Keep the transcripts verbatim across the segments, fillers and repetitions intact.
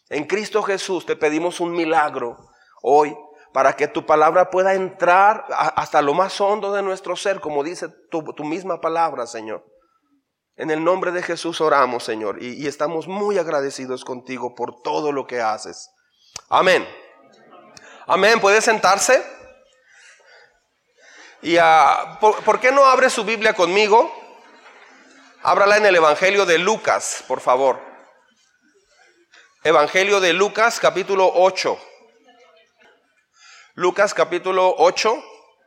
En Cristo Jesús te pedimos un milagro hoy para que tu palabra pueda entrar hasta lo más hondo de nuestro ser, como dice tu, tu misma palabra, Señor. En el nombre de Jesús oramos, Señor, y, y estamos muy agradecidos contigo por todo lo que haces. Amén. Amén. ¿Puede sentarse? Y uh, ¿por, ¿por qué no abre su Biblia conmigo? Ábrala en el Evangelio de Lucas, por favor. Evangelio de Lucas, capítulo ocho. Lucas, capítulo ocho.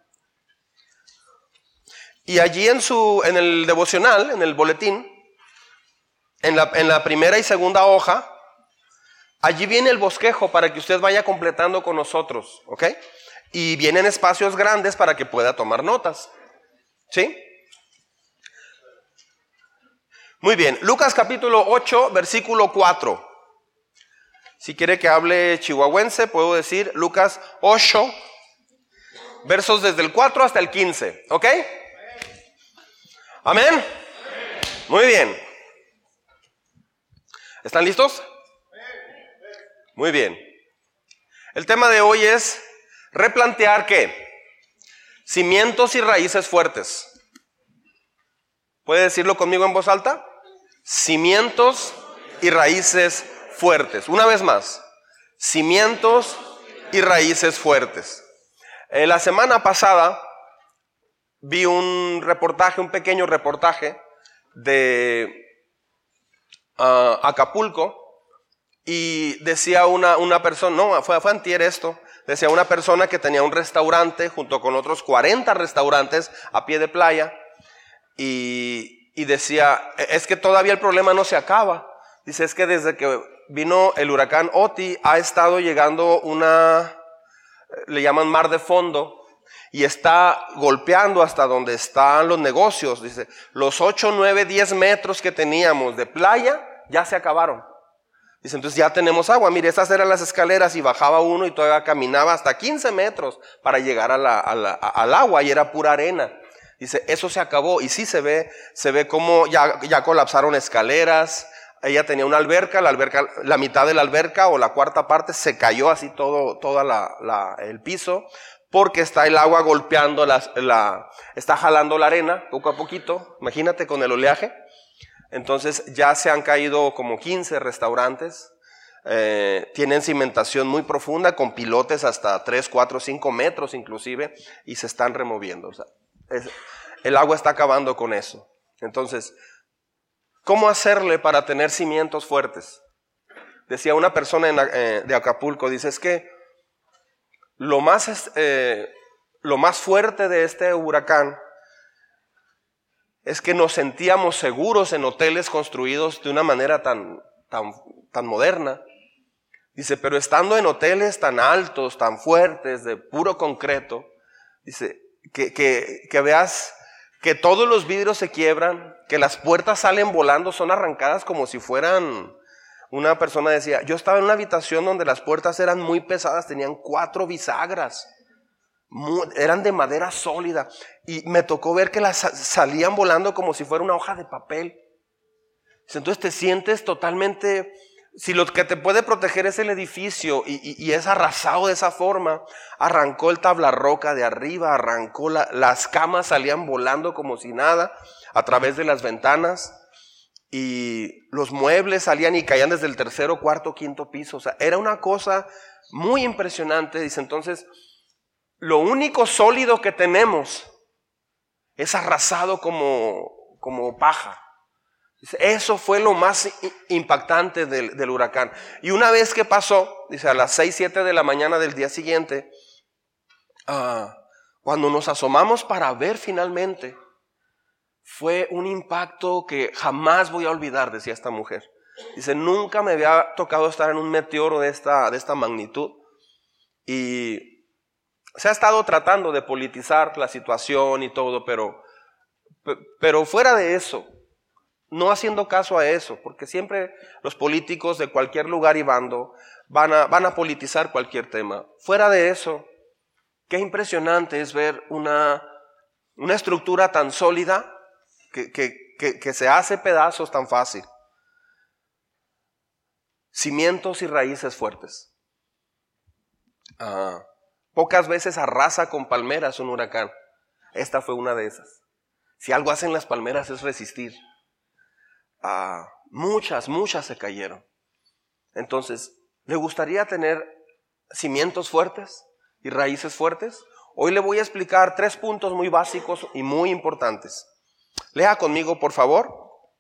Y allí en su, en el devocional, en el boletín, en la, en la primera y segunda hoja, allí viene el bosquejo para que usted vaya completando con nosotros, ¿ok? Y vienen espacios grandes para que pueda tomar notas, ¿sí? Muy bien, Lucas capítulo ocho, versículo cuatro. Si quiere que hable chihuahuense, puedo decir Lucas ocho, versos desde el cuatro hasta el quince, ¿ok? ¿Amén? Muy bien. ¿Están listos? Muy bien. El tema de hoy es replantear ¿qué? Cimientos y raíces fuertes. ¿Puede decirlo conmigo en voz alta? Cimientos y raíces fuertes. Una vez más. Cimientos y raíces fuertes. Eh, la semana pasada vi un reportaje, un pequeño reportaje de uh, Acapulco, y decía una, una persona, no, fue, fue antier esto, decía una persona que tenía un restaurante junto con otros cuarenta restaurantes a pie de playa, y, y decía, es que todavía el problema no se acaba. Dice, es que desde que vino el huracán Oti ha estado llegando una, le llaman mar de fondo, y está golpeando hasta donde están los negocios. Dice, los ocho, nueve, diez metros que teníamos de playa ya se acabaron. Dice, entonces ya tenemos agua. Mire, estas eran las escaleras y bajaba uno y todavía caminaba hasta quince metros para llegar a la, a la, a, al agua, y era pura arena. Dice, eso se acabó. Y sí se ve, se ve como ya, ya colapsaron escaleras. Ella tenía una alberca, la alberca, la mitad de la alberca o la cuarta parte se cayó así todo, toda la, la, el piso. Porque está el agua golpeando, la, la, está jalando la arena poco a poquito, imagínate con el oleaje. Entonces ya se han caído como quince restaurantes, eh, tienen cimentación muy profunda con pilotes hasta tres, cuatro, cinco metros inclusive, y se están removiendo. O sea, es, el agua está acabando con eso. Entonces, ¿cómo hacerle para tener cimientos fuertes? Decía una persona en, eh, de Acapulco, dice, es que Lo más, eh, lo más fuerte de este huracán es que nos sentíamos seguros en hoteles construidos de una manera tan, tan, tan moderna. Dice, pero estando en hoteles tan altos, tan fuertes, de puro concreto, dice, que, que, que veas que todos los vidrios se quiebran, que las puertas salen volando, son arrancadas como si fueran... Una persona decía, yo estaba en una habitación donde las puertas eran muy pesadas, tenían cuatro bisagras, muy, eran de madera sólida, y me tocó ver que las salían volando como si fuera una hoja de papel. Entonces te sientes totalmente, si lo que te puede proteger es el edificio y, y, y es arrasado de esa forma, arrancó el tablarroca de arriba, arrancó la, las camas salían volando como si nada a través de las ventanas. Y los muebles salían y caían desde el tercero, cuarto, quinto piso. O sea, era una cosa muy impresionante. Dice, entonces, lo único sólido que tenemos es arrasado como, como paja. Dice, eso fue lo más impactante del, del huracán. Y una vez que pasó, dice, a las seis, siete de la mañana del día siguiente, uh, cuando nos asomamos para ver finalmente, fue un impacto que jamás voy a olvidar, decía esta mujer. Dice, nunca me había tocado estar en un meteoro de esta, de esta magnitud. Y se ha estado tratando de politizar la situación y todo, pero, pero fuera de eso, no haciendo caso a eso, porque siempre los políticos de cualquier lugar y bando van a, van a politizar cualquier tema. Fuera de eso, qué impresionante es ver una, una estructura tan sólida Que, que, que, que se hace pedazos tan fácil. Cimientos y raíces fuertes. Ah, pocas veces arrasa con palmeras un huracán. Esta fue una de esas. Si algo hacen las palmeras es resistir. Ah, muchas, muchas se cayeron. Entonces, ¿le gustaría tener cimientos fuertes y raíces fuertes? Hoy le voy a explicar tres puntos muy básicos y muy importantes. Lea conmigo, por favor.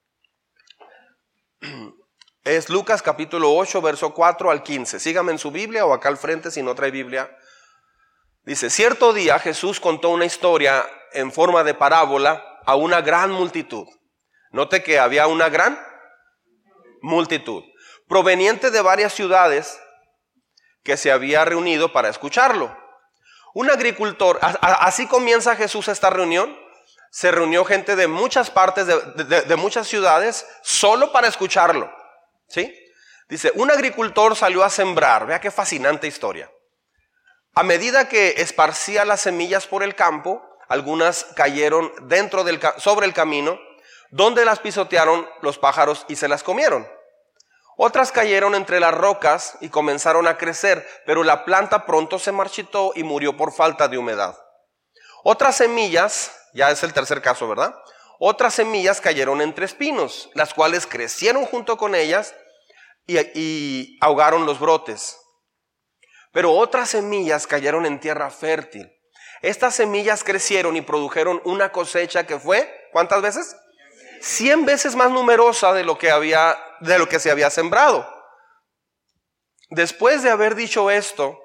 Es Lucas capítulo ocho, verso cuatro al quince. Sígame en su Biblia o acá al frente si no trae Biblia. Dice, cierto día Jesús contó una historia en forma de parábola a una gran multitud. Note que había una gran multitud, proveniente de varias ciudades que se había reunido para escucharlo. Un agricultor, así comienza Jesús esta reunión. Se reunió gente de muchas partes, de, de, de muchas ciudades, solo para escucharlo. ¿Sí? Dice, un agricultor salió a sembrar. Vea qué fascinante historia. A medida que esparcía las semillas por el campo, algunas cayeron dentro del, sobre el camino, donde las pisotearon los pájaros y se las comieron. Otras cayeron entre las rocas y comenzaron a crecer, pero la planta pronto se marchitó y murió por falta de humedad. Otras semillas, ya es el tercer caso, ¿verdad? Otras semillas cayeron entre espinos, las cuales crecieron junto con ellas y, y ahogaron los brotes. Pero otras semillas cayeron en tierra fértil. Estas semillas crecieron y produjeron una cosecha que fue, ¿cuántas veces? Cien veces más numerosa de lo que había, de lo que se había sembrado. Después de haber dicho esto,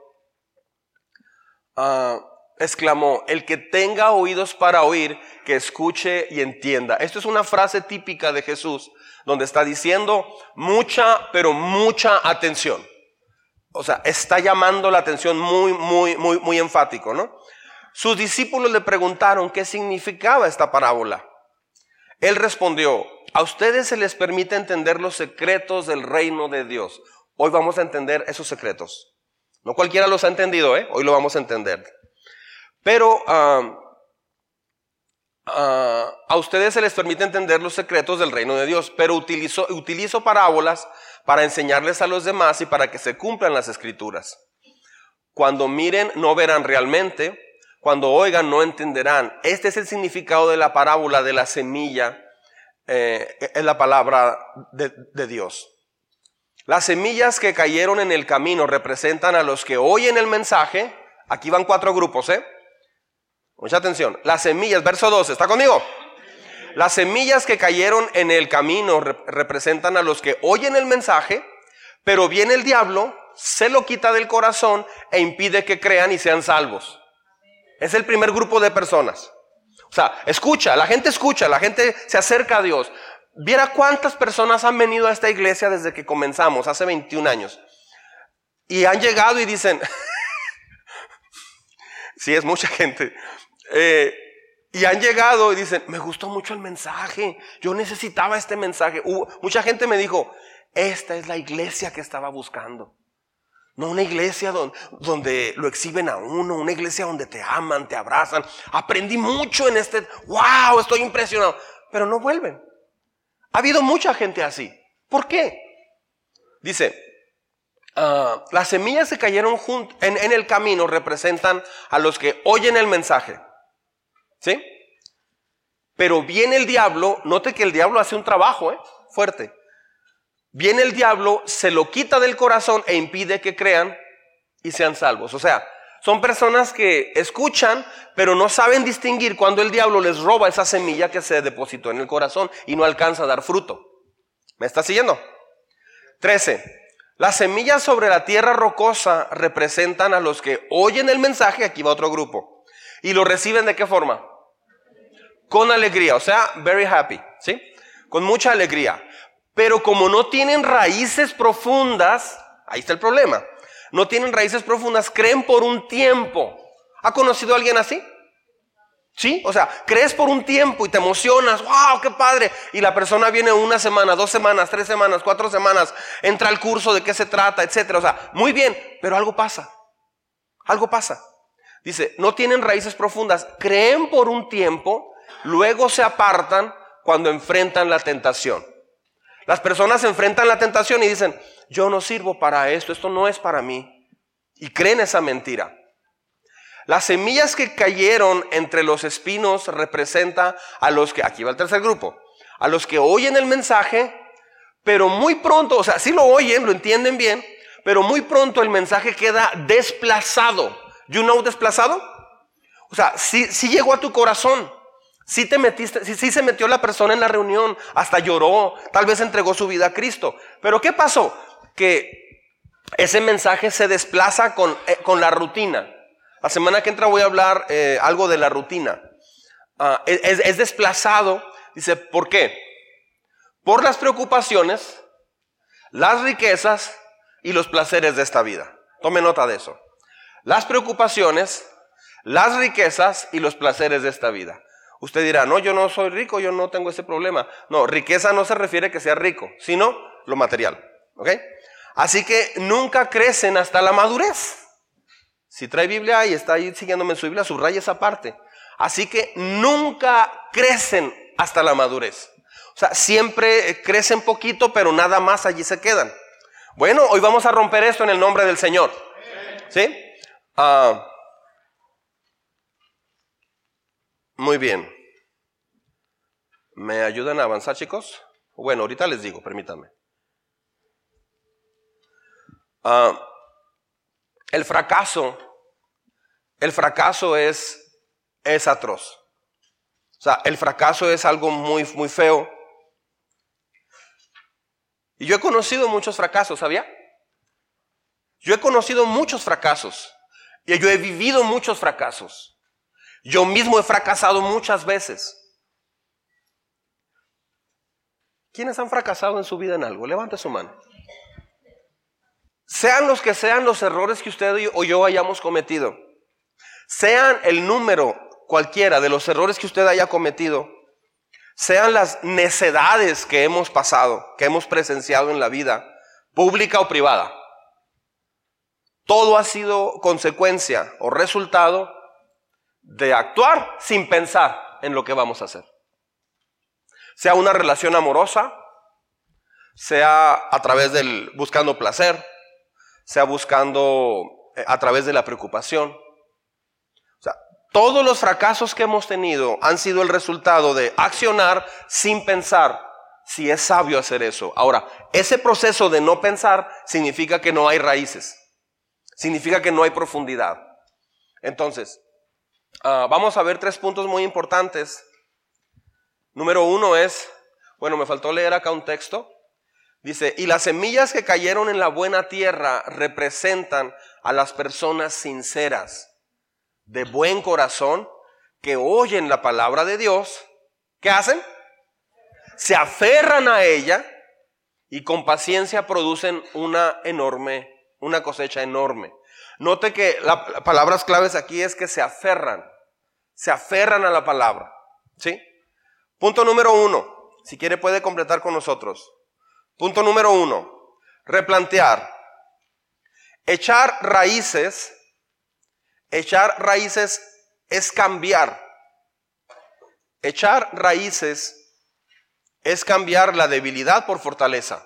uh, exclamó, el que tenga oídos para oír, que escuche y entienda. Esto es una frase típica de Jesús, donde está diciendo mucha, pero mucha atención. O sea, está llamando la atención muy, muy, muy, muy enfático, ¿no? Sus discípulos le preguntaron qué significaba esta parábola. Él respondió, a ustedes se les permite entender los secretos del reino de Dios. Hoy vamos a entender esos secretos. No cualquiera los ha entendido, ¿eh? Hoy lo vamos a entender. Pero uh, uh, a ustedes se les permite entender los secretos del reino de Dios. Pero utilizo, utilizo parábolas para enseñarles a los demás y para que se cumplan las escrituras. Cuando miren, no verán realmente. Cuando oigan, no entenderán. Este es el significado de la parábola de la semilla. Eh, es la palabra de, de Dios. Las semillas que cayeron en el camino representan a los que oyen el mensaje. Aquí van cuatro grupos, ¿eh? Mucha atención. Las semillas, verso doce, ¿está conmigo? Las semillas que cayeron en el camino rep- representan a los que oyen el mensaje, pero viene el diablo, se lo quita del corazón e impide que crean y sean salvos. Es el primer grupo de personas. O sea, escucha, la gente escucha, la gente se acerca a Dios. Viera cuántas personas han venido a esta iglesia desde que comenzamos, hace veintiún años. Y han llegado y dicen, sí, es mucha gente. Eh, y han llegado y dicen, me gustó mucho el mensaje, yo necesitaba este mensaje. Uh, mucha gente me dijo, esta es la iglesia que estaba buscando. No una iglesia donde, donde lo exhiben a uno, una iglesia donde te aman, te abrazan. Aprendí mucho en este, wow, estoy impresionado. Pero no vuelven. Ha habido mucha gente así. ¿Por qué? Dice, uh, las semillas que cayeron junt- en, en el camino representan a los que oyen el mensaje. ¿Sí? Pero viene el diablo, note que el diablo hace un trabajo, ¿eh? Fuerte. Viene el diablo, se lo quita del corazón e impide que crean y sean salvos. O sea, son personas que escuchan, pero no saben distinguir cuando el diablo les roba esa semilla que se depositó en el corazón y no alcanza a dar fruto. ¿Me está siguiendo? trece. Las semillas sobre la tierra rocosa representan a los que oyen el mensaje, aquí va otro grupo, y lo reciben ¿de qué forma? Con alegría, o sea, very happy, ¿sí? Con mucha alegría. Pero como no tienen raíces profundas, ahí está el problema. No tienen raíces profundas, creen por un tiempo. ¿Ha conocido a alguien así? ¿Sí? O sea, crees por un tiempo y te emocionas. ¡Wow, qué padre! Y la persona viene una semana, dos semanas, tres semanas, cuatro semanas, entra al curso de qué se trata, etcétera. O sea, muy bien, pero algo pasa. Algo pasa. Dice, no tienen raíces profundas, creen por un tiempo, luego se apartan cuando enfrentan la tentación. Las personas se enfrentan a la tentación y dicen, yo no sirvo para esto, esto no es para mí. Y creen esa mentira. Las semillas que cayeron entre los espinos representa a los que, aquí va el tercer grupo, a los que oyen el mensaje, pero muy pronto, o sea, sí lo oyen, lo entienden bien, pero muy pronto el mensaje queda desplazado. You know desplazado? O sea, sí, sí llegó a tu corazón, sí te metiste, sí, sí se metió la persona en la reunión, hasta lloró, tal vez entregó su vida a Cristo. Pero ¿qué pasó? Que ese mensaje se desplaza con, eh, con la rutina. La semana que entra voy a hablar eh, algo de la rutina. Uh, es, es desplazado, dice, ¿por qué? Por las preocupaciones, las riquezas y los placeres de esta vida. Tome nota de eso. Las preocupaciones, las riquezas y los placeres de esta vida. Usted dirá, no, yo no soy rico, yo no tengo ese problema. No, riqueza no se refiere a que sea rico, sino lo material. ¿Ok? Así que nunca crecen hasta la madurez. Si trae Biblia y está ahí siguiéndome en su Biblia, subraya esa parte. Así que nunca crecen hasta la madurez. O sea, siempre crecen poquito, pero nada más allí se quedan. Bueno, hoy vamos a romper esto en el nombre del Señor. ¿Sí? Uh, muy bien. ¿Me ayudan a avanzar, chicos? Bueno, ahorita les digo, permítanme. Uh, el fracaso, el fracaso es, es atroz. O sea, el fracaso es algo muy, muy feo. Y yo he conocido muchos fracasos, ¿sabía? Yo he conocido muchos fracasos. Y yo he vivido muchos fracasos. Yo mismo he fracasado muchas veces. ¿Quiénes han fracasado en su vida en algo? Levante su mano. Sean los que sean los errores que usted o yo hayamos cometido, sean el número cualquiera de los errores que usted haya cometido, sean las necedades que hemos pasado, que hemos presenciado en la vida, pública o privada, todo ha sido consecuencia o resultado de actuar sin pensar en lo que vamos a hacer. Sea una relación amorosa, sea a través del buscando placer, sea buscando a través de la preocupación. O sea, todos los fracasos que hemos tenido han sido el resultado de accionar sin pensar si es sabio hacer eso. Ahora, ese proceso de no pensar significa que no hay raíces, significa que no hay profundidad. Entonces, uh, vamos a ver tres puntos muy importantes. Número uno es, bueno, me faltó leer acá un texto. Dice, y las semillas que cayeron en la buena tierra representan a las personas sinceras, de buen corazón, que oyen la palabra de Dios. ¿Qué hacen? Se aferran a ella y con paciencia producen una enorme, una cosecha enorme. Note que las la palabras claves aquí es que se aferran, se aferran a la palabra. ¿Sí? Punto número uno, si quiere puede completar con nosotros. Punto número uno, replantear. Echar raíces, echar raíces es cambiar. Echar raíces es cambiar la debilidad por fortaleza.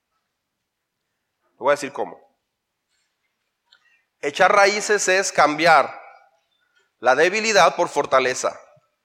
Te voy a decir cómo. Echar raíces es cambiar la debilidad por fortaleza.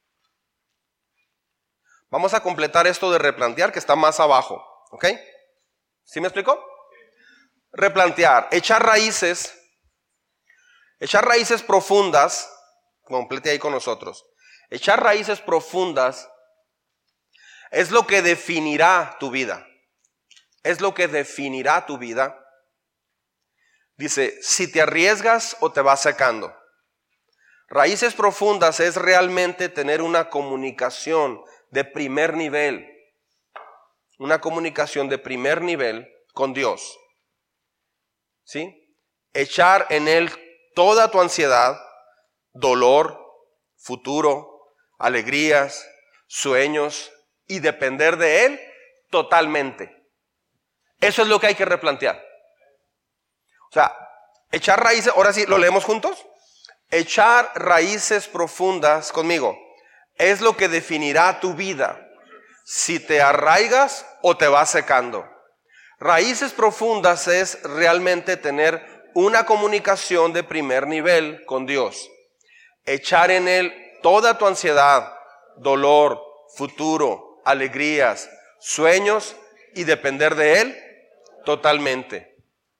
Vamos a completar esto de replantear que está más abajo, ¿ok? ¿Sí me explicó? Replantear, echar raíces, echar raíces profundas, complete ahí con nosotros. Echar raíces profundas es lo que definirá tu vida. Es lo que definirá tu vida. Dice, si te arriesgas o te vas secando. Raíces profundas es realmente tener una comunicación de primer nivel. Una comunicación de primer nivel con Dios. ¿Sí? Echar en Él toda tu ansiedad, dolor, futuro, alegrías, sueños y depender de Él totalmente. Eso es lo que hay que replantear. O sea, echar raíces, ahora sí, ¿lo leemos juntos? Echar raíces profundas conmigo es lo que definirá tu vida. si te arraigas o te vas secando. Raíces profundas es realmente tener una comunicación de primer nivel con Dios. Echar en Él toda tu ansiedad, dolor, futuro, alegrías, sueños y depender de Él totalmente.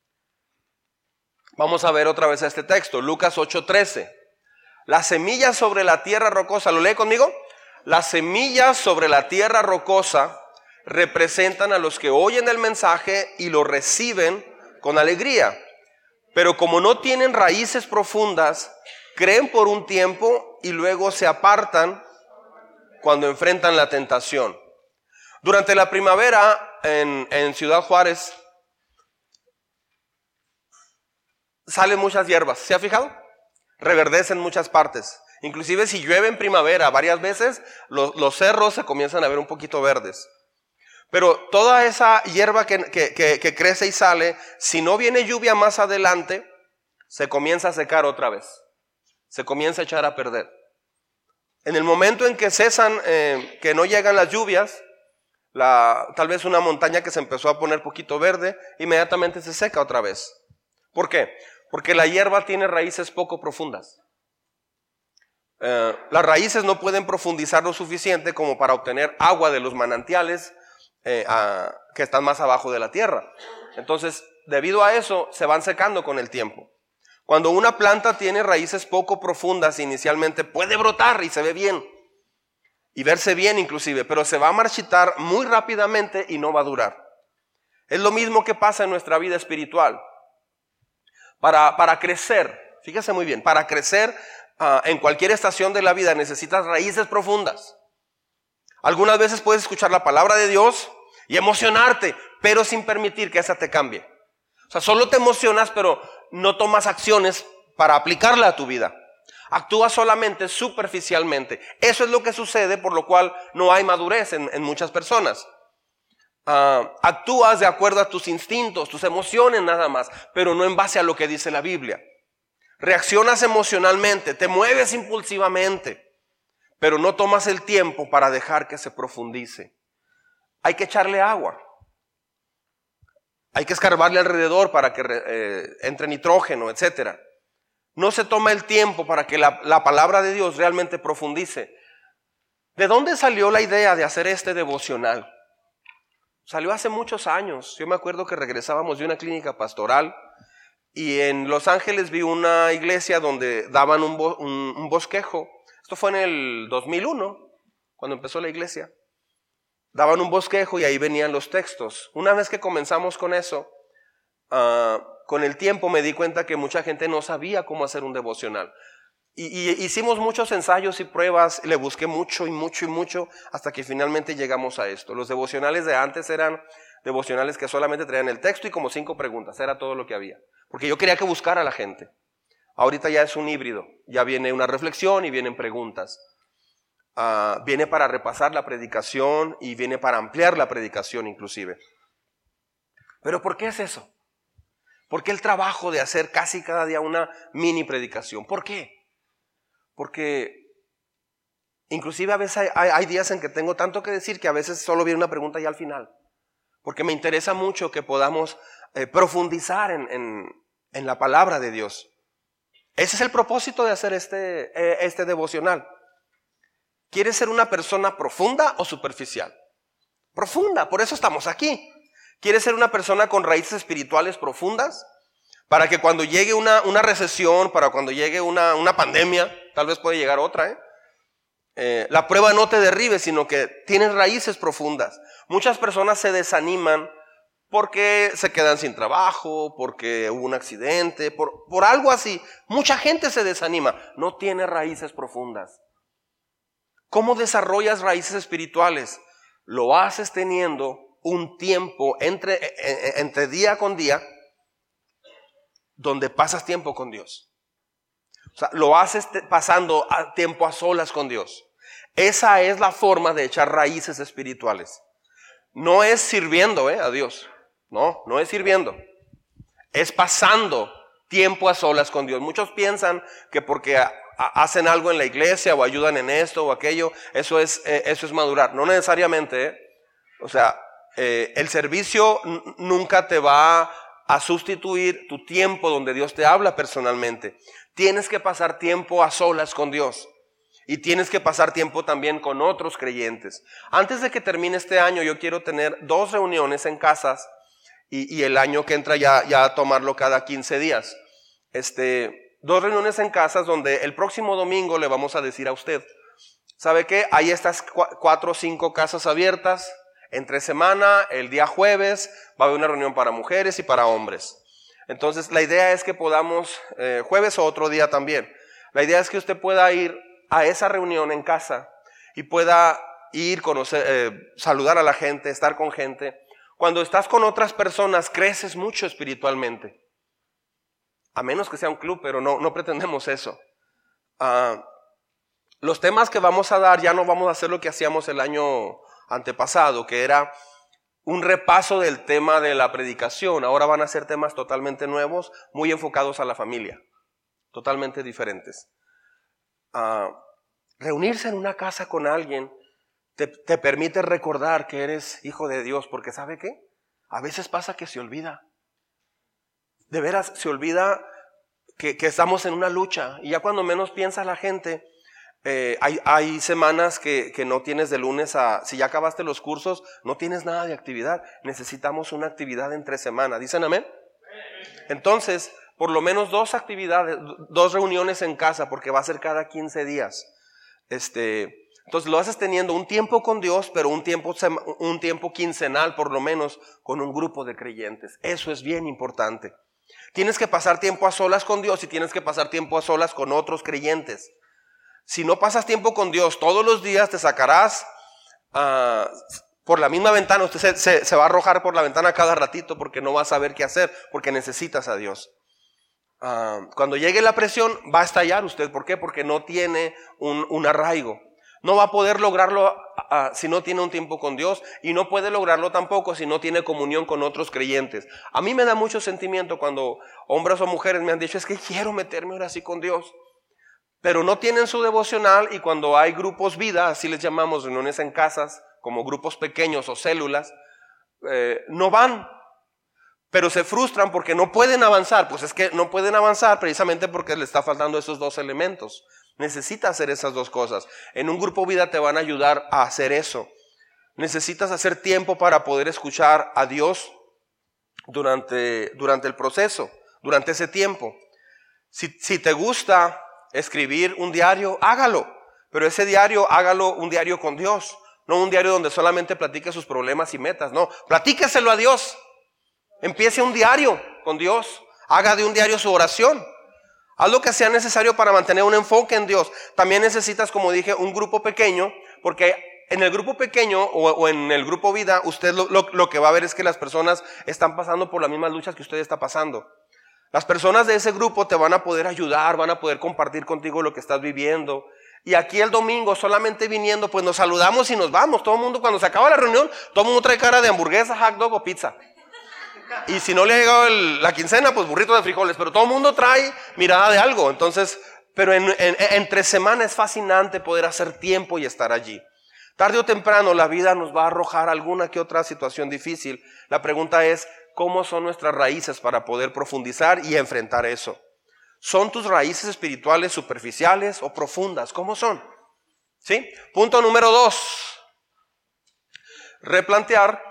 Vamos a ver otra vez este texto, Lucas ocho trece. Las semillas sobre la tierra rocosa, ¿lo lee conmigo? Las semillas sobre la tierra rocosa representan a los que oyen el mensaje y lo reciben con alegría. Pero como no tienen raíces profundas, creen por un tiempo y luego se apartan cuando enfrentan la tentación. Durante la primavera en, en Ciudad Juárez salen muchas hierbas, ¿se ha fijado? Reverdecen en muchas partes. Inclusive si llueve en primavera varias veces, los, los cerros se comienzan a ver un poquito verdes. Pero toda esa hierba que, que, que, que crece y sale, si no viene lluvia más adelante, se comienza a secar otra vez. Se comienza a echar a perder. En el momento en que cesan, eh, que no llegan las lluvias, la, tal vez una montaña que se empezó a poner poquito verde, inmediatamente se seca otra vez. ¿Por qué? Porque la hierba tiene raíces poco profundas. Eh, las raíces no pueden profundizar lo suficiente como para obtener agua de los manantiales eh, a, que están más abajo de la tierra. Entonces, debido a eso, se van secando con el tiempo. Cuando una planta tiene raíces poco profundas, inicialmente puede brotar y se ve bien. Y verse bien inclusive, pero se va a marchitar muy rápidamente y no va a durar. Es lo mismo que pasa en nuestra vida espiritual. Para, para crecer, fíjese muy bien, para crecer uh, en cualquier estación de la vida necesitas raíces profundas. Algunas veces puedes escuchar la palabra de Dios y emocionarte, pero sin permitir que esa te cambie. O sea, solo te emocionas, pero no tomas acciones para aplicarla a tu vida. Actúas solamente superficialmente. Eso es lo que sucede, por lo cual no hay madurez en, en muchas personas. Uh, actúas de acuerdo a tus instintos, tus emociones nada más, pero no en base a lo que dice la Biblia. Reaccionas emocionalmente, te mueves impulsivamente, pero no tomas el tiempo para dejar que se profundice. Hay que echarle agua. Hay que escarbarle alrededor para que eh, entre nitrógeno, etcétera. No se toma el tiempo para que la, la palabra de Dios realmente profundice. ¿De dónde salió la idea de hacer este devocional? Salió hace muchos años. Yo me acuerdo que regresábamos de una clínica pastoral y en Los Ángeles vi una iglesia donde daban un, bo, un, un bosquejo. Esto fue en el dos mil uno, cuando empezó la iglesia. Daban un bosquejo y ahí venían los textos. Una vez que comenzamos con eso, uh, con el tiempo me di cuenta que mucha gente no sabía cómo hacer un devocional. Y, y hicimos muchos ensayos y pruebas, le busqué mucho y mucho y mucho hasta que finalmente llegamos a esto. Los devocionales de antes eran devocionales que solamente traían el texto y como cinco preguntas, era todo lo que había. Porque yo quería que buscara a la gente. Ahorita ya es un híbrido, ya viene una reflexión y vienen preguntas. Uh, viene para repasar la predicación y viene para ampliar la predicación inclusive. ¿Pero por qué es eso? ¿Por qué el trabajo de hacer casi cada día una mini predicación? ¿Por qué? Porque inclusive a veces hay, hay, hay días en que tengo tanto que decir que a veces solo viene una pregunta y al final. Porque me interesa mucho que podamos eh, profundizar en, en, en la palabra de Dios. Ese es el propósito de hacer este, eh, este devocional. ¿Quieres ser una persona profunda o superficial? Profunda, por eso estamos aquí. ¿Quieres ser una persona con raíces espirituales profundas? Para que cuando llegue una, una recesión, para cuando llegue una, una pandemia, tal vez puede llegar otra, ¿eh? Eh, la prueba no te derribe, sino que tienes raíces profundas. Muchas personas se desaniman porque se quedan sin trabajo, porque hubo un accidente, por, por algo así. Mucha gente se desanima, no tiene raíces profundas. ¿Cómo desarrollas raíces espirituales? Lo haces teniendo un tiempo entre, entre día con día donde pasas tiempo con Dios. O sea, lo haces pasando tiempo a solas con Dios. Esa es la forma de echar raíces espirituales. No es sirviendo eh, a Dios. No, no es sirviendo. Es pasando tiempo a solas con Dios. Muchos piensan que porque hacen algo en la iglesia o ayudan en esto o aquello, eso es, eh, eso es madurar. No necesariamente, ¿eh? O sea, eh, el servicio n- nunca te va a sustituir tu tiempo donde Dios te habla personalmente. Tienes que pasar tiempo a solas con Dios. Y tienes que pasar tiempo también con otros creyentes. Antes de que termine este año, yo quiero tener dos reuniones en casas. Y, y el año que entra ya, ya tomarlo cada quince días. Este, dos reuniones en casas donde el próximo domingo le vamos a decir a usted, ¿sabe qué? Hay estas cu- cuatro o cinco casas abiertas. Entre semana, el día jueves, va a haber una reunión para mujeres y para hombres. Entonces, la idea es que podamos, eh, jueves o otro día también, la idea es que usted pueda ir a esa reunión en casa y pueda ir, conocer, eh, saludar a la gente, estar con gente. Cuando estás con otras personas, creces mucho espiritualmente. A menos que sea un club, pero no, no pretendemos eso. Uh, los temas que vamos a dar, ya no vamos a hacer lo que hacíamos el año antepasado, que era un repaso del tema de la predicación. Ahora van a ser temas totalmente nuevos, muy enfocados a la familia, totalmente diferentes. Uh, reunirse en una casa con alguien te, te permite recordar que eres hijo de Dios, porque ¿sabe qué? A veces pasa que se olvida. De veras, se olvida que, que estamos en una lucha, y ya cuando menos piensa la gente, Eh, hay, hay semanas que, que no tienes de lunes a, si ya acabaste los cursos, no tienes nada de actividad. Necesitamos una actividad entre semana. ¿Dicen amén? Entonces, por lo menos dos actividades, dos reuniones en casa, porque va a ser cada quince días. Este, entonces lo haces teniendo un tiempo con Dios, pero un tiempo, un tiempo quincenal por lo menos con un grupo de creyentes. Eso es bien importante. Tienes que pasar tiempo a solas con Dios y tienes que pasar tiempo a solas con otros creyentes. Si no pasas tiempo con Dios todos los días, te sacarás uh, por la misma ventana. Usted se, se, se va a arrojar por la ventana cada ratito porque no va a saber qué hacer, porque necesitas a Dios. Uh, cuando llegue la presión, va a estallar usted. ¿Por qué? Porque no tiene un, un arraigo. No va a poder lograrlo uh, si no tiene un tiempo con Dios, y no puede lograrlo tampoco si no tiene comunión con otros creyentes. A mí me da mucho sentimiento cuando hombres o mujeres me han dicho, es que quiero meterme ahora sí con Dios, pero no tienen su devocional, y cuando hay grupos vida, así les llamamos, reuniones en casas, como grupos pequeños o células, eh, no van, pero se frustran porque no pueden avanzar. Pues es que no pueden avanzar precisamente porque le está faltando esos dos elementos. Necesitas hacer esas dos cosas. En un grupo vida te van a ayudar a hacer eso. Necesitas hacer tiempo para poder escuchar a Dios durante, durante el proceso, durante ese tiempo. Si, si te gusta escribir un diario, hágalo, pero ese diario hágalo un diario con Dios, no un diario donde solamente platique sus problemas y metas. No, platíqueselo a Dios. Empiece un diario con Dios, haga de un diario su oración, haz lo que sea necesario para mantener un enfoque en Dios. También necesitas, como dije, un grupo pequeño, porque en el grupo pequeño o, o en el grupo vida, usted lo, lo, lo que va a ver es que las personas están pasando por las mismas luchas que usted está pasando. Las personas de ese grupo te van a poder ayudar, van a poder compartir contigo lo que estás viviendo. Y aquí el domingo, solamente viniendo, pues nos saludamos y nos vamos. Todo el mundo, cuando se acaba la reunión, todo el mundo trae cara de hamburguesa, hot dog o pizza. Y si no le ha llegado el, la quincena, pues burrito de frijoles. Pero todo el mundo trae mirada de algo. Entonces, pero en, en, entre semana es fascinante poder hacer tiempo y estar allí. Tarde o temprano la vida nos va a arrojar alguna que otra situación difícil. La pregunta es, ¿cómo son nuestras raíces para poder profundizar y enfrentar eso? ¿Son tus raíces espirituales superficiales o profundas? ¿Cómo son? ¿Sí? Punto número dos. Replantear.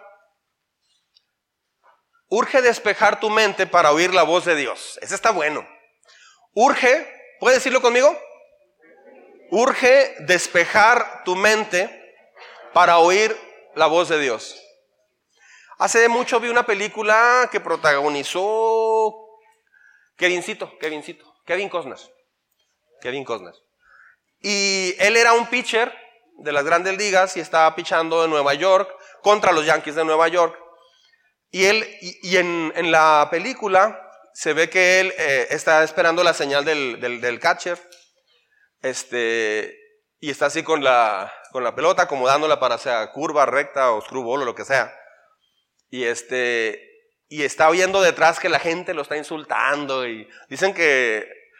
Urge despejar tu mente para oír la voz de Dios. Ese está bueno. Urge, ¿puedes decirlo conmigo? Urge despejar tu mente para oír la voz de Dios. Hace mucho vi una película que protagonizó Kevincito, Kevincito, Kevin Costner. Kevin Costner. Y él era un pitcher de las grandes ligas y estaba pitchando en Nueva York contra los Yankees de Nueva York. Y él, y, y en, en la película se ve que él eh, está esperando la señal del, del, del catcher. Este, y está así con la, con la pelota, acomodándola para sea curva, recta o screwball o lo que sea. Y este, y está oyendo detrás que la gente lo está insultando, y dicen que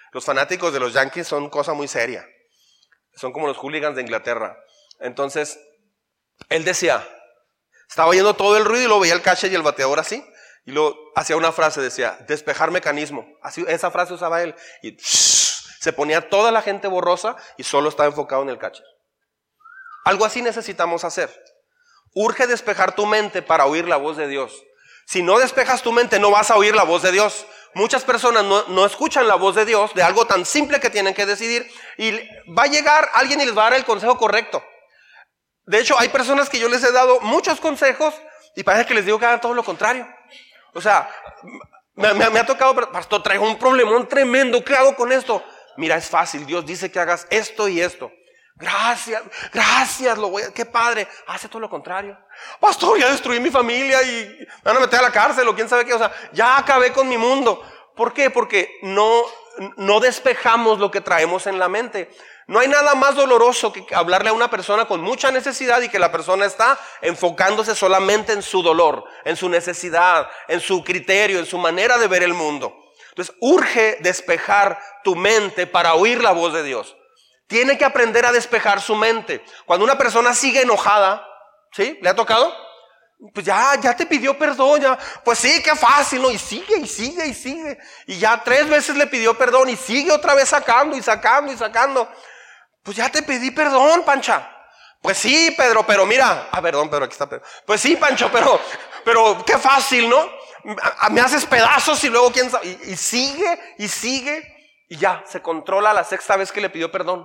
Los fanáticos de los Yankees son cosa muy seria. Son como los hooligans de Inglaterra. Entonces, él decía, estaba oyendo todo el ruido y lo veía el catcher y el bateador así. Y luego hacía una frase, decía, despejar mecanismo. Así, esa frase usaba él. Y shh, se ponía toda la gente borrosa y solo estaba enfocado en el catcher. Algo así necesitamos hacer. Urge despejar tu mente para oír la voz de Dios. Si no despejas tu mente, no vas a oír la voz de Dios. Muchas personas no, no escuchan la voz de Dios de algo tan simple que tienen que decidir. Y va a llegar alguien y les va a dar el consejo correcto. De hecho, hay personas que yo les he dado muchos consejos y parece que les digo que hagan todo lo contrario. O sea, me, me, me ha tocado, pastor, traigo un problemón tremendo, ¿qué hago con esto? Mira, es fácil, Dios dice que hagas esto y esto. Gracias, gracias, lo voy a, qué padre. Hace todo lo contrario. Pastor, ya destruí mi familia y me van a meter a la cárcel o quién sabe qué. O sea, ya acabé con mi mundo. ¿Por qué? Porque no, no despejamos lo que traemos en la mente. No hay nada más doloroso que hablarle a una persona con mucha necesidad y que la persona está enfocándose solamente en su dolor, en su necesidad, en su criterio, en su manera de ver el mundo. Entonces, urge despejar tu mente para oír la voz de Dios. Tiene que aprender a despejar su mente. Cuando una persona sigue enojada, ¿sí? ¿Le ha tocado? Pues ya, ya te pidió perdón, ya. Pues sí, qué fácil, ¿no? Y sigue, y sigue, y sigue. Y ya tres veces le pidió perdón y sigue otra vez sacando y sacando y sacando. Pues ya te pedí perdón, Pancha. Pues sí, Pedro, pero mira. Ah, perdón, Pedro, aquí está Pedro. Pues sí, Pancho, pero, pero qué fácil, ¿no? Me haces pedazos y luego quién sabe. Y, y sigue, y sigue. Y ya, se controla la sexta vez que le pidió perdón.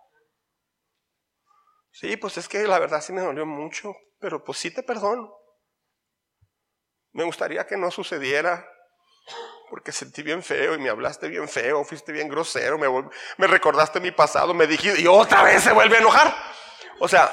Sí, pues es que la verdad sí me dolió mucho, pero pues sí te perdono. Me gustaría que no sucediera, porque sentí bien feo y me hablaste bien feo, fuiste bien grosero, me, me recordaste mi pasado, me dijiste, y otra vez se vuelve a enojar. O sea,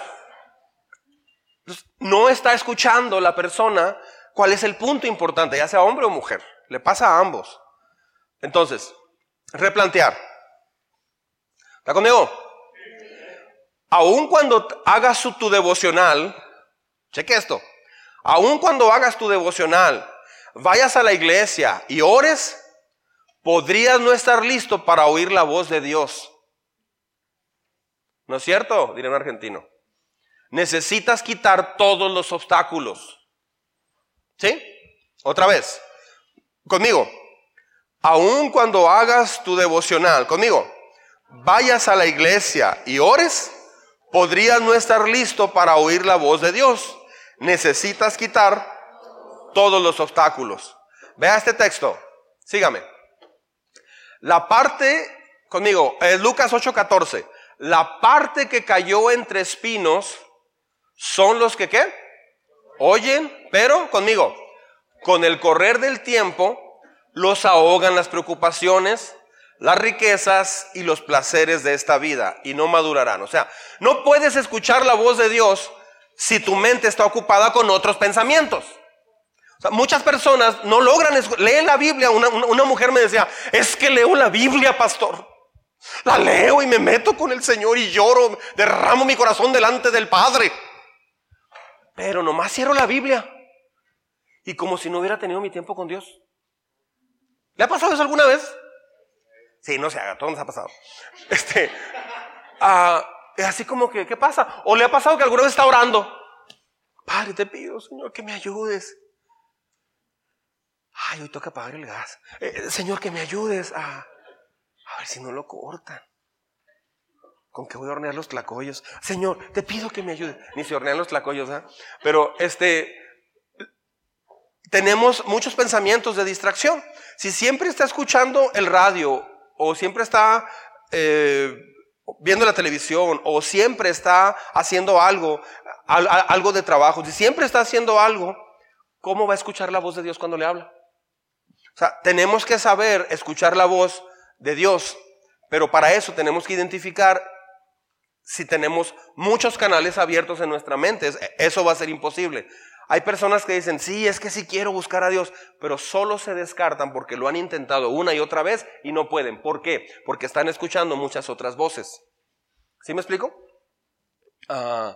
no está escuchando la persona cuál es el punto importante, ya sea hombre o mujer. Le pasa a ambos. Entonces, replantear. ¿Está conmigo? Aun cuando hagas tu, tu devocional, cheque esto, aun cuando hagas tu devocional, vayas a la iglesia y ores, podrías no estar listo para oír la voz de Dios. ¿No es cierto? Diré un argentino. Necesitas quitar todos los obstáculos. ¿Sí? Otra vez. Conmigo. Aun cuando hagas tu devocional, conmigo, vayas a la iglesia y ores, podrías no estar listo para oír la voz de Dios. Necesitas quitar todos los obstáculos. Vea este texto. Sígame. La parte, conmigo, es Lucas ocho catorce. La parte que cayó entre espinos son los que, ¿qué? Oyen, pero, conmigo, con el correr del tiempo, los ahogan las preocupaciones, las riquezas y los placeres de esta vida y no madurarán. O sea, no puedes escuchar la voz de Dios si tu mente está ocupada con otros pensamientos. O sea, muchas personas no logran leer la Biblia. Una, una, una mujer me decía, es que leo la Biblia, pastor. La leo y me meto con el Señor y lloro, derramo mi corazón delante del Padre. Pero nomás cierro la Biblia y como si no hubiera tenido mi tiempo con Dios. ¿Le ha pasado eso alguna vez? Sí, no se haga, todo nos ha pasado. Este, uh, es así como que, ¿qué pasa? O le ha pasado que alguna vez está orando. Padre, te pido, Señor, que me ayudes. Ay, hoy toca pagar el gas. Eh, Señor, que me ayudes a, a ver si no lo cortan. ¿Con qué voy a hornear los tlacoyos? Señor, te pido que me ayudes. Ni se hornean los tlacoyos, ¿eh? Pero este, tenemos muchos pensamientos de distracción. Si siempre está escuchando el radio, o siempre está eh, viendo la televisión, o siempre está haciendo algo, al, al, algo de trabajo, si siempre está haciendo algo, ¿cómo va a escuchar la voz de Dios cuando le habla? O sea, tenemos que saber escuchar la voz de Dios, pero para eso tenemos que identificar si tenemos muchos canales abiertos en nuestra mente. Eso va a ser imposible. Hay personas que dicen, sí, es que sí quiero buscar a Dios, pero solo se descartan porque lo han intentado una y otra vez y no pueden. ¿Por qué? Porque están escuchando muchas otras voces. ¿Sí me explico? Uh,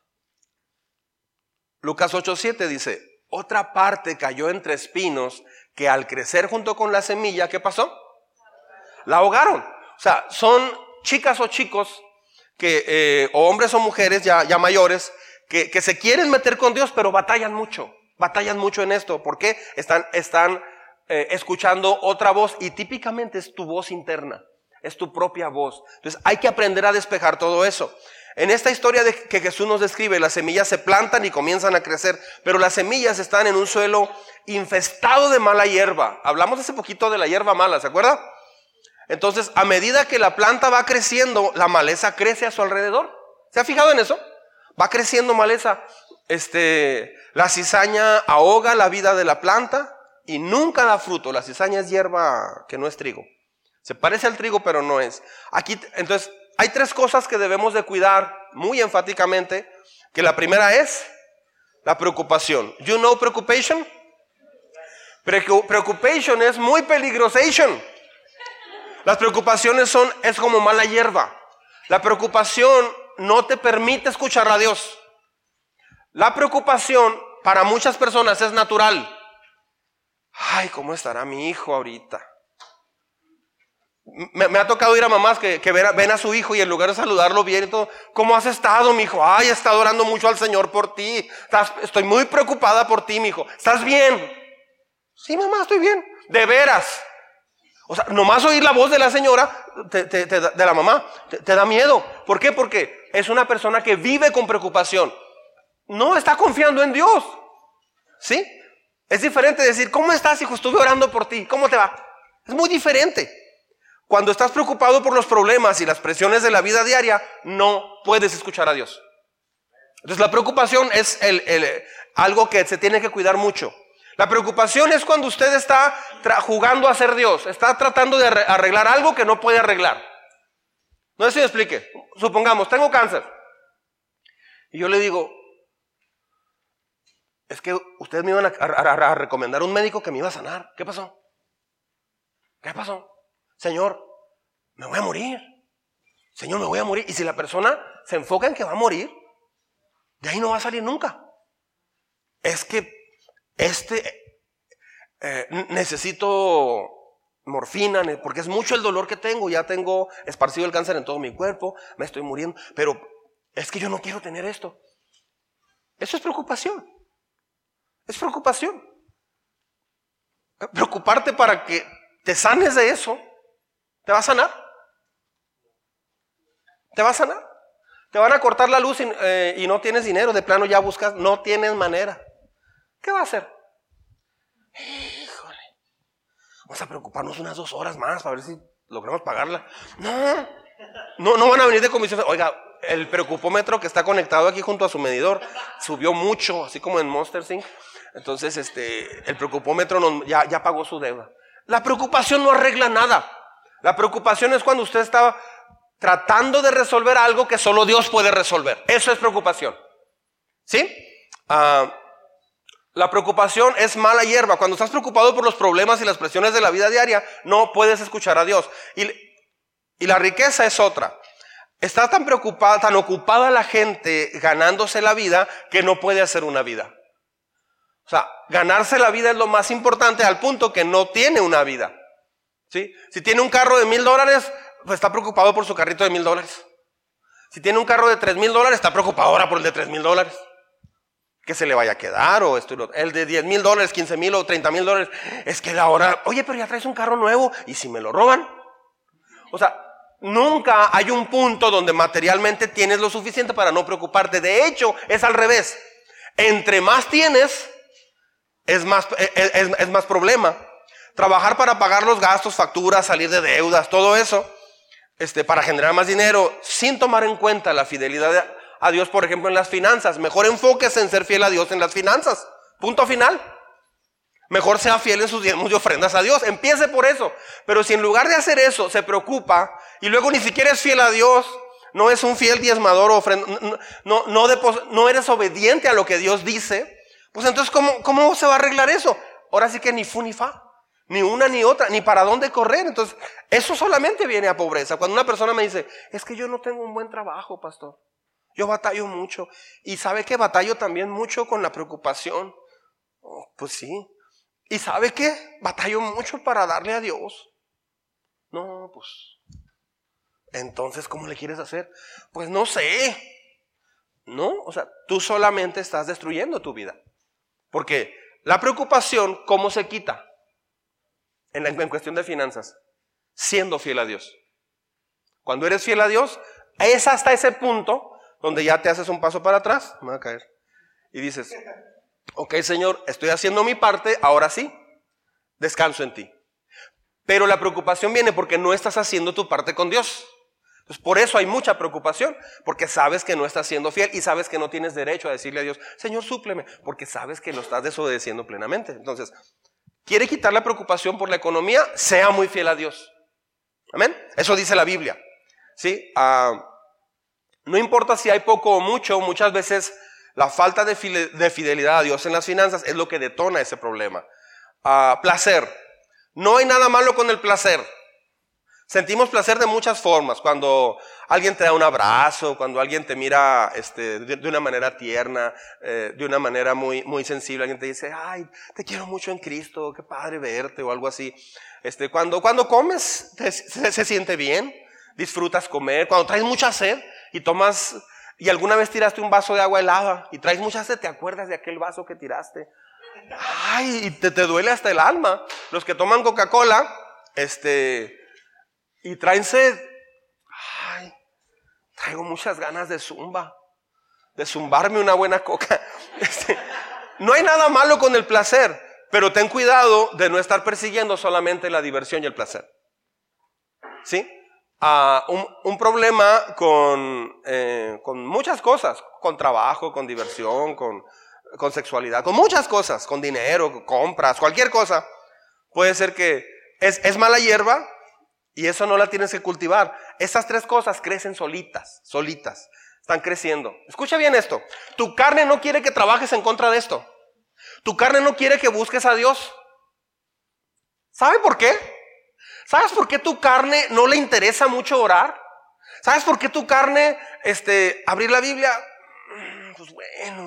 Lucas ocho siete dice, otra parte cayó entre espinos que al crecer junto con la semilla, ¿qué pasó? la ahogaron. O sea, son chicas o chicos, que, eh, o hombres o mujeres ya, ya mayores, que, que se quieren meter con Dios, pero batallan mucho. Batallan mucho en esto. ¿Por qué? Están, están eh, escuchando otra voz, y típicamente es tu voz interna. Es tu propia voz. Entonces hay que aprender a despejar todo eso. En esta historia de que Jesús nos describe, las semillas se plantan y comienzan a crecer, pero las semillas están en un suelo infestado de mala hierba. Hablamos hace poquito de la hierba mala, ¿se acuerda? Entonces, a medida que la planta va creciendo, la maleza crece a su alrededor. ¿Se ha fijado en eso? Va creciendo maleza. Este, la cizaña ahoga la vida de la planta y nunca da fruto. La cizaña es hierba que no es trigo. Se parece al trigo, pero no es. Aquí, entonces, hay tres cosas que debemos de cuidar muy enfáticamente, que la primera es la preocupación. You know preoccupation? Preoccupation es muy peligrosation. Las preocupaciones son, es como mala hierba. La preocupación no te permite escuchar a Dios. La preocupación para muchas personas es natural. Ay, ¿cómo estará mi hijo ahorita? Me, me ha tocado ir a mamás que, que ven, a, ven a su hijo y en lugar de saludarlo bien y todo, ¿cómo has estado, mi hijo? Ay, he estado orando mucho al Señor por ti. Estás, estoy muy preocupada por ti, mi hijo. ¿Estás bien? Sí, mamá, estoy bien. ¿De veras? O sea, nomás oír la voz de la señora, te, te, te, de la mamá, te, te da miedo. ¿Por qué? Porque es una persona que vive con preocupación. No está confiando en Dios. ¿Sí? Es diferente decir, ¿cómo estás, hijo? Estuve orando por ti. ¿Cómo te va? Es muy diferente. Cuando estás preocupado por los problemas y las presiones de la vida diaria, no puedes escuchar a Dios. Entonces la preocupación es el, el, algo que se tiene que cuidar mucho. La preocupación es cuando usted está tra- jugando a ser Dios, está tratando de arreglar algo que no puede arreglar. No sé si me explique. Supongamos, tengo cáncer. Y yo le digo, es que ustedes me iban a, a, a, a recomendar un médico que me iba a sanar. ¿Qué pasó? ¿Qué pasó? Señor, me voy a morir. Señor, me voy a morir. Y si la persona se enfoca en que va a morir, de ahí no va a salir nunca. Es que este eh, necesito morfina, porque es mucho el dolor que tengo. Ya tengo esparcido el cáncer en todo mi cuerpo, me estoy muriendo, pero es que yo no quiero tener esto. Eso es preocupación. Es preocupación. Preocuparte para que te sanes de eso, ¿te va a sanar? ¿Te va a sanar? Te van a cortar la luz y, eh, y no tienes dinero, de plano ya buscas, no tienes manera. ¿Qué va a hacer? Híjole, vamos a preocuparnos unas dos horas más para ver si logramos pagarla. No, no, no van a venir de comisión. Oiga, el preocupómetro que está conectado aquí junto a su medidor subió mucho, así como en Monster inc. Entonces, este, el preocupómetro no, ya, ya pagó su deuda. La preocupación no arregla nada. La preocupación es cuando usted está tratando de resolver algo que solo Dios puede resolver. Eso es preocupación. ¿Sí? Uh, la preocupación es mala hierba. Cuando estás preocupado por los problemas y las presiones de la vida diaria, no puedes escuchar a Dios. Y, y la riqueza es otra. Está tan preocupada, tan ocupada la gente ganándose la vida que no puede hacer una vida. O sea, ganarse la vida es lo más importante al punto que no tiene una vida. ¿Sí? Si tiene un carro de mil dólares, pues está preocupado por su carrito de mil dólares. Si tiene un carro de tres mil dólares, está preocupado ahora por el de tres mil dólares. Que se le vaya a quedar, o esto y lo otro. El de diez mil dólares, quince mil o treinta mil dólares. Es que ahora, oye, pero ya traes un carro nuevo, ¿y si me lo roban? O sea, nunca hay un punto donde materialmente tienes lo suficiente para no preocuparte. De hecho, es al revés. Entre más tienes, es más, es, es, es más problema. Trabajar para pagar los gastos, facturas, salir de deudas, todo eso, este, para generar más dinero, sin tomar en cuenta la fidelidad a Dios, por ejemplo, en las finanzas. Mejor enfóquese en ser fiel a Dios en las finanzas. Punto final. Mejor sea fiel en sus diezmos y ofrendas a Dios. Empiece por eso. Pero si en lugar de hacer eso se preocupa y luego ni siquiera es fiel a Dios, no es un fiel diezmador o ofrenda, no, no, no, depos, no eres obediente a lo que Dios dice, pues entonces ¿cómo, cómo se va a arreglar eso? Ahora sí que ni fu ni fa. Ni una ni otra, ni para dónde correr. Entonces, eso solamente viene a pobreza. Cuando una persona me dice, es que yo no tengo un buen trabajo, pastor. Yo batallo mucho. Y ¿sabe qué? Batallo también mucho con la preocupación. Oh, pues sí. ¿Y sabe qué? Batallo mucho para darle a Dios. No, pues, entonces, ¿cómo le quieres hacer? Pues no sé. No, o sea, tú solamente estás destruyendo tu vida. Porque la preocupación, ¿cómo se quita? En, la, en cuestión de finanzas, siendo fiel a Dios. Cuando eres fiel a Dios, es hasta ese punto donde ya te haces un paso para atrás, me va a caer, y dices, ok, Señor, estoy haciendo mi parte, ahora sí, descanso en ti. Pero la preocupación viene porque no estás haciendo tu parte con Dios. Entonces, por eso hay mucha preocupación, porque sabes que no estás siendo fiel y sabes que no tienes derecho a decirle a Dios, Señor, súpleme, porque sabes que lo estás desobedeciendo plenamente. Entonces, quiere quitar la preocupación por la economía, sea muy fiel a Dios. Amén. Eso dice la Biblia. ¿Sí? Uh, no importa si hay poco o mucho, muchas veces la falta de, fide- de fidelidad a Dios en las finanzas es lo que detona ese problema. Uh, placer. No hay nada malo con el placer. Sentimos placer de muchas formas. Cuando alguien te da un abrazo, cuando alguien te mira este, de, de una manera tierna, eh, de una manera muy, muy sensible, alguien te dice, ay, te quiero mucho en Cristo, qué padre verte, o algo así. Este, cuando, cuando comes, te, se, se siente bien, disfrutas comer. Cuando traes mucha sed y tomas, y alguna vez tiraste un vaso de agua helada y traes mucha sed, te acuerdas de aquel vaso que tiraste. Ay, y te, te duele hasta el alma. Los que toman Coca-Cola, este... y traen sed. Ay, traigo muchas ganas de zumba, de zumbarme una buena coca. Este, no hay nada malo con el placer, pero ten cuidado de no estar persiguiendo solamente la diversión y el placer. ¿Sí? Uh, un, un problema con, eh, con muchas cosas, con trabajo, con diversión, con, con sexualidad, con muchas cosas, con dinero, con compras, cualquier cosa. Puede ser que es, es mala hierba. Y eso no la tienes que cultivar. Esas tres cosas crecen solitas, solitas. Están creciendo. Escucha bien esto. Tu carne no quiere que trabajes en contra de esto. Tu carne no quiere que busques a Dios. ¿Sabe por qué? ¿Sabes por qué tu carne no le interesa mucho orar? ¿Sabes por qué tu carne, este, abrir la Biblia? Pues bueno.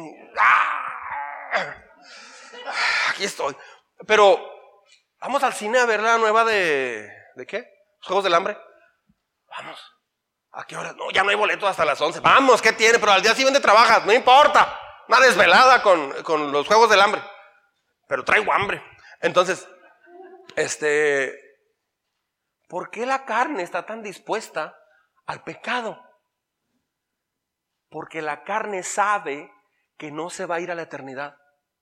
¡Ah! Aquí estoy. Pero vamos al cine a ver la nueva de... ¿De qué? ¿Juegos del Hambre? Vamos. ¿A qué hora? No, ya no hay boleto hasta las once. Vamos, ¿qué tiene? Pero al día siguiente trabajas, no importa. Una desvelada con, con los Juegos del Hambre. Pero traigo hambre. Entonces, este, ¿por qué la carne está tan dispuesta al pecado? Porque la carne sabe que no se va a ir a la eternidad.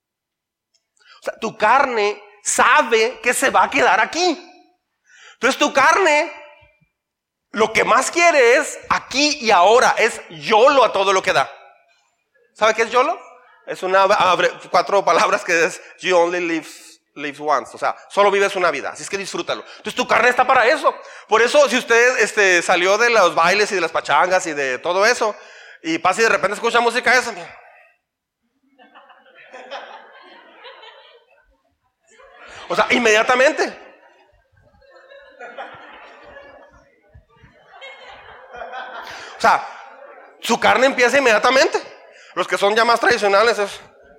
O sea, tu carne sabe que se va a quedar aquí. Entonces tu carne lo que más quiere es aquí y ahora, es YOLO a todo lo que da. ¿Sabe qué es YOLO? Es una cuatro palabras que es You only live, live once, o sea, solo vives una vida, así es que disfrútalo. Entonces tu carne está para eso. Por eso si usted este, salió de los bailes y de las pachangas y de todo eso y pasa y de repente escucha música esa, o sea, inmediatamente. O sea, su carne empieza inmediatamente. Los que son ya más tradicionales es...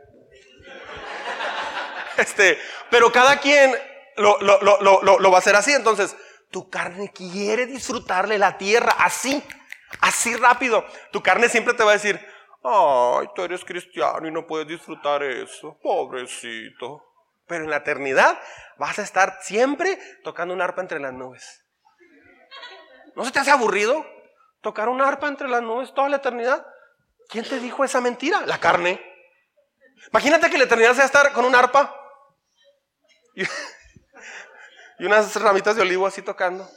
Este, pero cada quien lo, lo, lo, lo, lo va a hacer así. Entonces, tu carne quiere disfrutarle la tierra así, así rápido. Tu carne siempre te va a decir, ay, tú eres cristiano y no puedes disfrutar eso, pobrecito. Pero en la eternidad vas a estar siempre tocando un arpa entre las nubes. ¿No se te hace aburrido tocar un arpa entre las nubes toda la eternidad? ¿Quién te dijo esa mentira? La carne. Imagínate que la eternidad sea estar con un arpa y, y unas ramitas de olivo así tocando.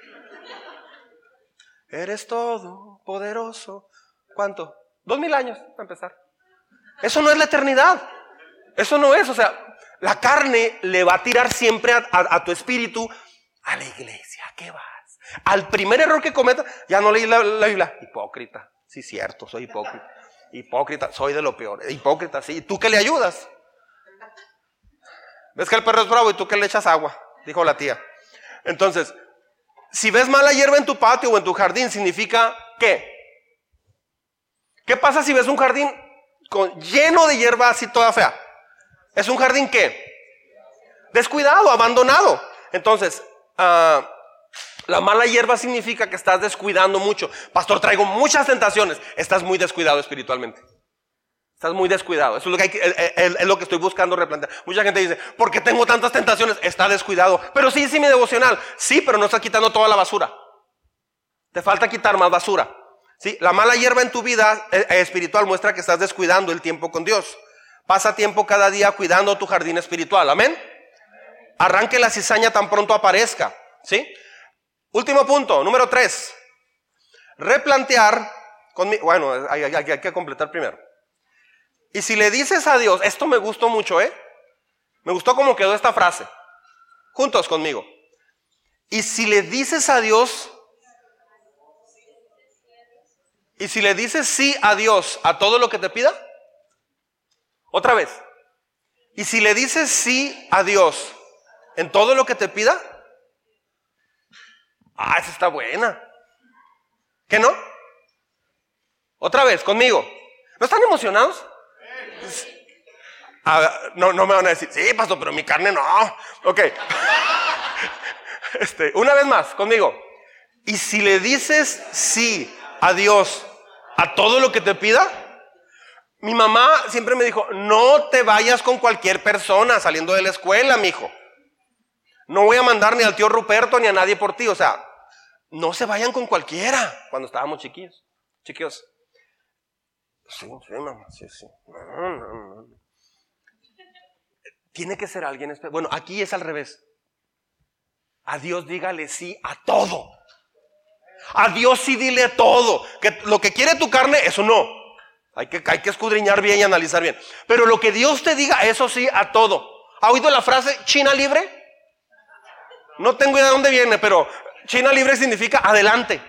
Eres todo poderoso. ¿Cuánto? Dos mil años para empezar. Eso no es la eternidad. Eso no es, o sea, la carne le va a tirar siempre a, a, a tu espíritu a la iglesia. ¿A qué vas? Al primer error que cometa, ya no leí la, la Biblia. Hipócrita. Sí, cierto, soy hipócrita. Hipócrita, soy de lo peor. Hipócrita, sí. ¿Y tú qué le ayudas? ¿Ves que el perro es bravo y tú qué le echas agua? Dijo la tía. Entonces, si ves mala hierba en tu patio o en tu jardín, significa ¿qué? ¿Qué pasa si ves un jardín con, lleno de hierba así toda fea? ¿Es un jardín qué? Descuidado, abandonado. Entonces, uh, La mala hierba significa que estás descuidando mucho. Pastor, traigo muchas tentaciones. Estás muy descuidado espiritualmente. Estás muy descuidado. Eso es lo que, hay que, es, es, es lo que estoy buscando replantear. Mucha gente dice, ¿por qué tengo tantas tentaciones? Está descuidado. Pero sí, sí, mi devocional. Sí, pero no está quitando toda la basura. Te falta quitar más basura. ¿Sí? La mala hierba en tu vida eh, espiritual muestra que estás descuidando el tiempo con Dios. Pasa tiempo cada día cuidando tu jardín espiritual. Amén. Arranque la cizaña tan pronto aparezca. ¿Sí? Último punto, número tres. Replantear conmigo. Bueno, hay, hay, hay que completar primero. Y si le dices a Dios, esto me gustó mucho, ¿eh? Me gustó cómo quedó esta frase. Juntos conmigo. Y si le dices a Dios, y si le dices sí a Dios a todo lo que te pida, otra vez. Y si le dices sí a Dios en todo lo que te pida, ah, esa está buena. ¿Qué no? Otra vez, conmigo. ¿No están emocionados? Ah, no, no me van a decir, sí, pastor, pero mi carne no. Ok. Este, una vez más, conmigo. Y si le dices sí a Dios a todo lo que te pida, mi mamá siempre me dijo, no te vayas con cualquier persona saliendo de la escuela, mijo. No voy a mandar ni al tío Ruperto ni a nadie por ti. O sea, no se vayan con cualquiera. Cuando estábamos chiquillos. Chiquillos. Sí, sí, mamá, sí, sí. No, no, no. Tiene que ser alguien especial. Bueno, aquí es al revés. A Dios dígale sí a todo. A Dios sí dile todo. Que lo que quiere tu carne, eso no. Hay que, hay que escudriñar bien y analizar bien. Pero lo que Dios te diga, eso sí a todo. ¿Ha oído la frase China libre? No tengo idea de dónde viene, pero China libre significa adelante.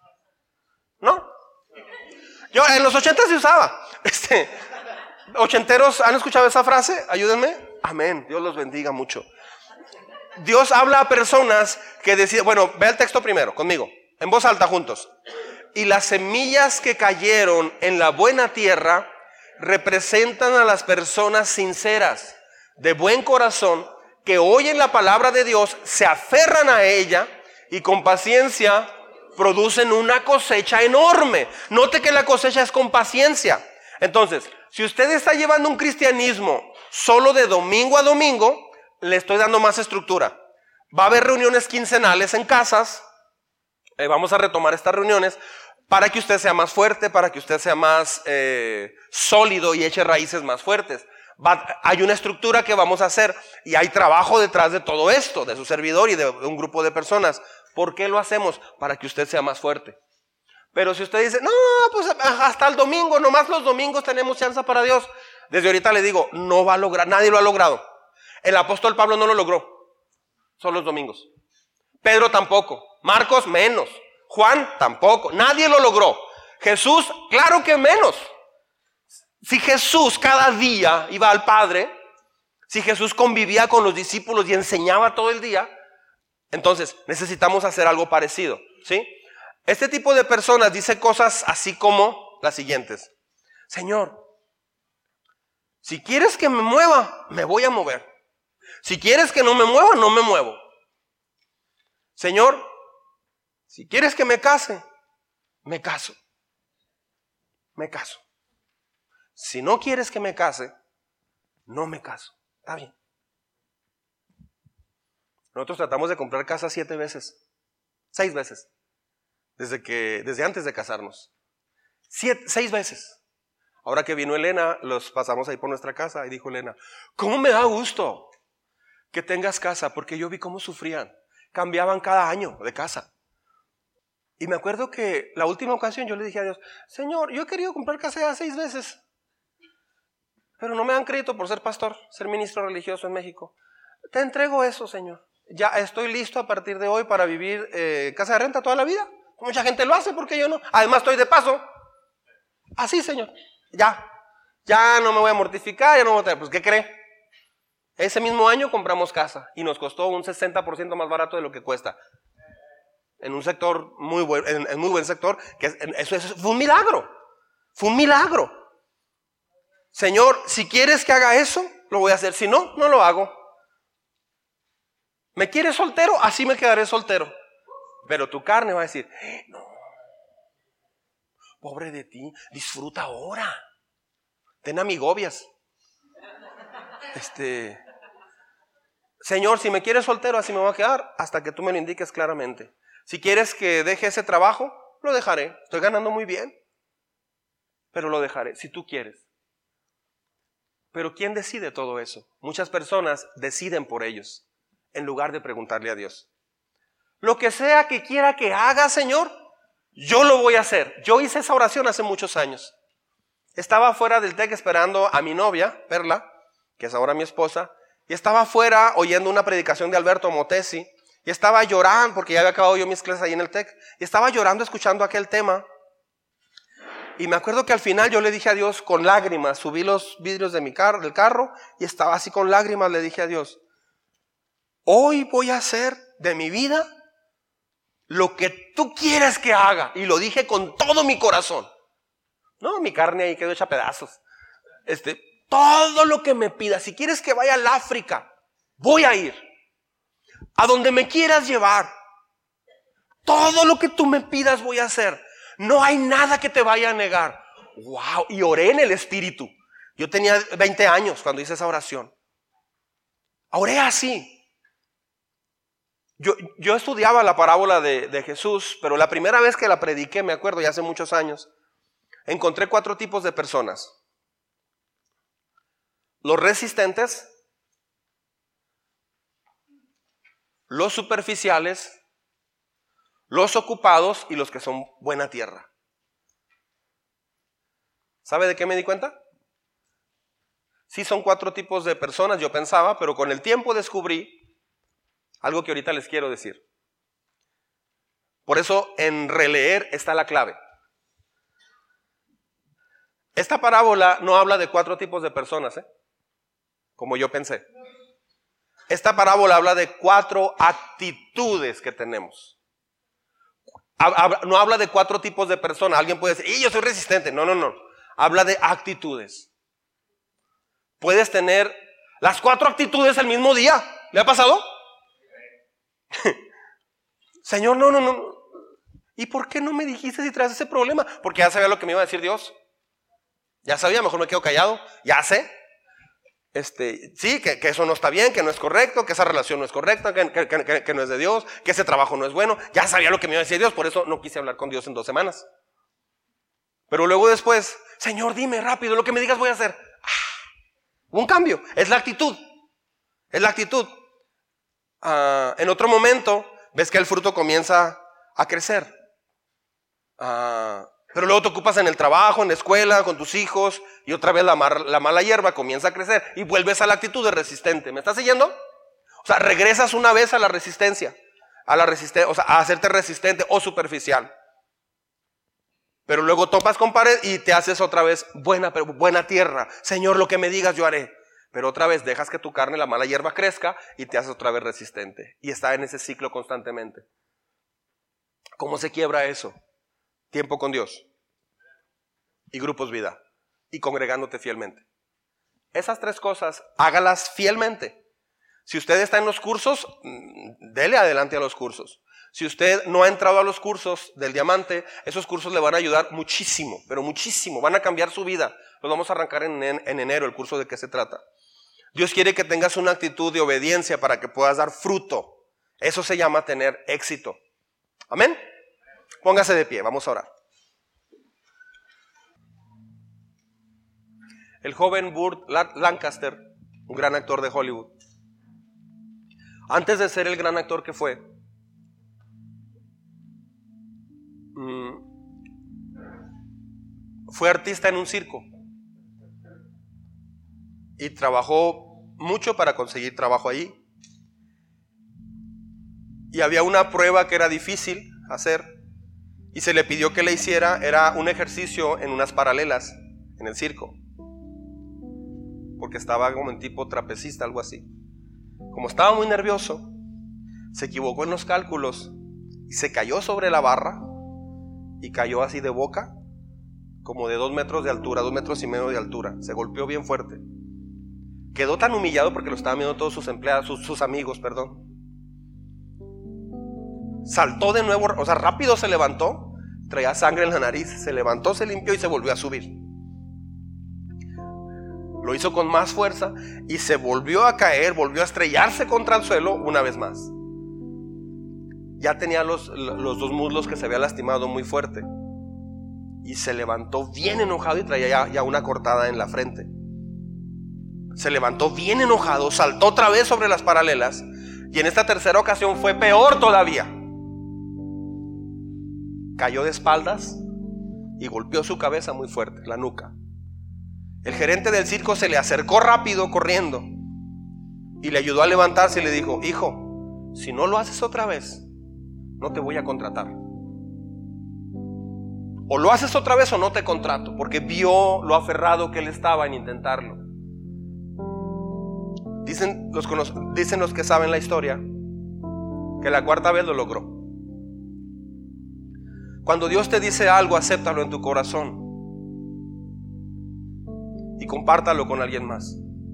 ¿No? Yo en los ochentas se usaba. Este, ochenteros, ¿han escuchado esa frase? Ayúdenme. Amén. Dios los bendiga mucho. Dios habla a personas que deciden. Bueno, ve el texto primero, conmigo. En voz alta juntos. Y las semillas que cayeron en la buena tierra representan a las personas sinceras, de buen corazón, que oyen la palabra de Dios, se aferran a ella y con paciencia producen una cosecha enorme. Note que la cosecha es con paciencia. Entonces, si usted está llevando un cristianismo solo de domingo a domingo, le estoy dando más estructura. Va a haber reuniones quincenales en casas. Eh, vamos a retomar estas reuniones para que usted sea más fuerte, para que usted sea más eh, sólido y eche raíces más fuertes. Va, hay una estructura que vamos a hacer y hay trabajo detrás de todo esto, de su servidor y de, de un grupo de personas. ¿Por qué lo hacemos? Para que usted sea más fuerte. Pero si usted dice, no, pues hasta el domingo, nomás los domingos tenemos chance para Dios. Desde ahorita le digo, no va a lograr, nadie lo ha logrado. El apóstol Pablo no lo logró, son los domingos. Pedro tampoco, Marcos menos, Juan tampoco, nadie lo logró. Jesús, claro que menos. Si Jesús cada día iba al Padre, si Jesús convivía con los discípulos y enseñaba todo el día, entonces necesitamos hacer algo parecido, ¿sí? Este tipo de personas dice cosas así como las siguientes. Señor, si quieres que me mueva, me voy a mover. Si quieres que no me mueva, no me muevo. Señor, si quieres que me case, me caso. Me caso. Si no quieres que me case, no me caso. Está bien. Nosotros tratamos de comprar casa siete veces. Seis veces. Desde que, desde antes de casarnos. Siete, seis veces. Ahora que vino Elena, los pasamos ahí por nuestra casa y dijo Elena, ¿cómo me da gusto que tengas casa? Porque yo vi cómo sufrían. Cambiaban cada año de casa. Y me acuerdo que la última ocasión yo le dije a Dios, Señor, yo he querido comprar casa ya seis veces. Pero no me dan crédito por ser pastor, ser ministro religioso en México. Te entrego eso, Señor. Ya estoy listo a partir de hoy para vivir eh, casa de renta toda la vida. Mucha gente lo hace, ¿por qué yo no? Además estoy de paso. Así, Señor. Ya. Ya no me voy a mortificar, ya no voy a tener. Pues, ¿qué cree? Ese mismo año compramos casa y nos costó un sesenta por ciento más barato de lo que cuesta. En un sector muy buen, en, en muy buen sector. Que es, en, eso, eso fue un milagro. Fue un milagro. Señor, si quieres que haga eso, lo voy a hacer. Si no, no lo hago. ¿Me quieres soltero? Así me quedaré soltero. Pero tu carne va a decir, no, pobre de ti, disfruta ahora. Ten amigobias. Este, Señor, si me quieres soltero, así me voy a quedar hasta que tú me lo indiques claramente. Si quieres que deje ese trabajo, lo dejaré. Estoy ganando muy bien, pero lo dejaré, si tú quieres. Pero ¿quién decide todo eso? Muchas personas deciden por ellos, en lugar de preguntarle a Dios. Lo que sea que quiera que haga, Señor, yo lo voy a hacer. Yo hice esa oración hace muchos años. Estaba fuera del TEC esperando a mi novia, Perla, que es ahora mi esposa, y estaba afuera oyendo una predicación de Alberto Motesi, y estaba llorando, porque ya había acabado yo mis clases ahí en el TEC, y estaba llorando escuchando aquel tema. Y me acuerdo que al final yo le dije a Dios con lágrimas, subí los vidrios de mi carro, del carro, y estaba así con lágrimas, le dije a Dios, hoy voy a hacer de mi vida lo que tú quieres que haga. Y lo dije con todo mi corazón. No, mi carne ahí quedó hecha pedazos. Este, todo lo que me pidas, si quieres que vaya al África, voy a ir. A donde me quieras llevar. Todo lo que tú me pidas voy a hacer. No hay nada que te vaya a negar. Wow, y oré en el Espíritu. Yo tenía veinte años cuando hice esa oración. Oré así. Yo, yo estudiaba la parábola de, de Jesús, pero la primera vez que la prediqué, me acuerdo, ya hace muchos años, encontré cuatro tipos de personas. Los resistentes, los superficiales, los ocupados y los que son buena tierra. ¿Sabe de qué me di cuenta? Sí, son cuatro tipos de personas, yo pensaba, pero con el tiempo descubrí algo que ahorita les quiero decir. Por eso en releer está la clave. Esta parábola no habla de cuatro tipos de personas, ¿eh? Como yo pensé. Esta parábola habla de cuatro actitudes que tenemos. No habla de cuatro tipos de personas. Alguien puede decir, ¡y yo soy resistente! No, no, no. Habla de actitudes. Puedes tener las cuatro actitudes el mismo día. ¿Le ha pasado? Señor, no, no, no. ¿Y por qué no me dijiste si traes ese problema? Porque ya sabía lo que me iba a decir Dios. Ya sabía, mejor me quedo callado. Ya sé. Este, sí, que, que eso no está bien, que no es correcto, que esa relación no es correcta, que, que, que, que no es de Dios, que ese trabajo no es bueno. Ya sabía lo que me iba a decir Dios, por eso no quise hablar con Dios en dos semanas. Pero luego después, Señor, dime rápido, lo que me digas voy a hacer. Ah, un cambio, es la actitud. Es la actitud. Uh, en otro momento, ves que el fruto comienza a crecer. Uh, pero luego te ocupas en el trabajo, en la escuela, con tus hijos, y otra vez la, mar, la mala hierba comienza a crecer y vuelves a la actitud de resistente. ¿Me estás siguiendo? O sea, regresas una vez a la resistencia, a la resisten- o sea, a hacerte resistente o superficial. Pero luego topas con pared y te haces otra vez buena, buena tierra. Señor, lo que me digas yo haré. Pero otra vez dejas que tu carne, la mala hierba, crezca y te haces otra vez resistente. Y está en ese ciclo constantemente. ¿Cómo se quiebra eso? Tiempo con Dios. Y grupos vida. Y congregándote fielmente. Esas tres cosas, hágalas fielmente. Si usted está en los cursos, dele adelante a los cursos. Si usted no ha entrado a los cursos del diamante, esos cursos le van a ayudar muchísimo, pero muchísimo. Van a cambiar su vida. Los vamos a arrancar en, en, en enero, el curso de qué se trata. Dios quiere que tengas una actitud de obediencia para que puedas dar fruto. Eso se llama tener éxito. Amén. Póngase de pie, vamos a orar. El joven Burt Lancaster, un gran actor de Hollywood, antes de ser el gran actor que fue, fue artista en un circo y trabajó mucho para conseguir trabajo allí. Y había una prueba que era difícil hacer y se le pidió que le hiciera, era un ejercicio en unas paralelas en el circo, porque estaba como en tipo trapecista, algo así. Como estaba muy nervioso, se equivocó en los cálculos y se cayó sobre la barra y cayó así de boca, como de dos metros de altura, dos metros y medio de altura. Se golpeó bien fuerte. Quedó tan humillado porque lo estaban viendo todos sus empleados, sus, sus amigos, perdón. saltó de nuevo, o sea, rápido se levantó, traía sangre en la nariz, se levantó, se limpió y se volvió a subir. Lo hizo con más fuerza y se volvió a caer, volvió a estrellarse contra el suelo una vez más. Ya tenía los, los dos muslos que se había lastimado muy fuerte. Y se levantó bien enojado y traía ya, ya una cortada en la frente. Se levantó bien enojado, saltó otra vez sobre las paralelas. Y en esta tercera ocasión fue peor todavía. Cayó de espaldas y golpeó su cabeza muy fuerte, la nuca. El gerente del circo se le acercó rápido corriendo y le ayudó a levantarse y le dijo: hijo, si no lo haces otra vez, no te voy a contratar. O lo haces otra vez o no te contrato, porque vio lo aferrado que él estaba en intentarlo. Dicen los, dicen los que saben la historia que la cuarta vez lo logró. Cuando Dios te dice algo, acéptalo en tu corazón y compártalo con alguien más.